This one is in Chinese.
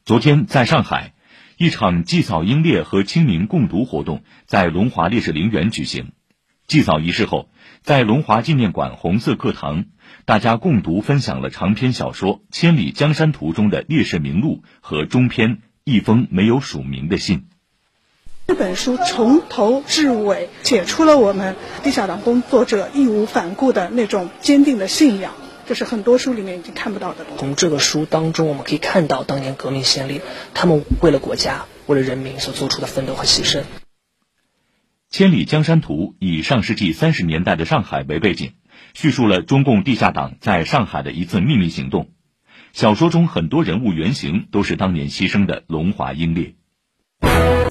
昨天在上海，一场祭扫英烈和清明共读活动在龙华烈士陵园举行。祭扫仪式后，在龙华纪念馆红色课堂，大家共读分享了长篇小说《千里江山图》中的烈士名录和中篇《一封没有署名的信》。 这本书从头至尾写出了我们地下党工作者义无反顾的那种坚定的信仰，这是很多书里面已经看不到的东西。 从这个书当中，我们可以看到当年革命先烈他们为了国家、为了人民所做出的奋斗和牺牲。 千里江山图以上世纪30年代的上海为背景，叙述了中共地下党在上海的一次秘密行动。小说中很多人物原型都是当年牺牲的龙华英烈。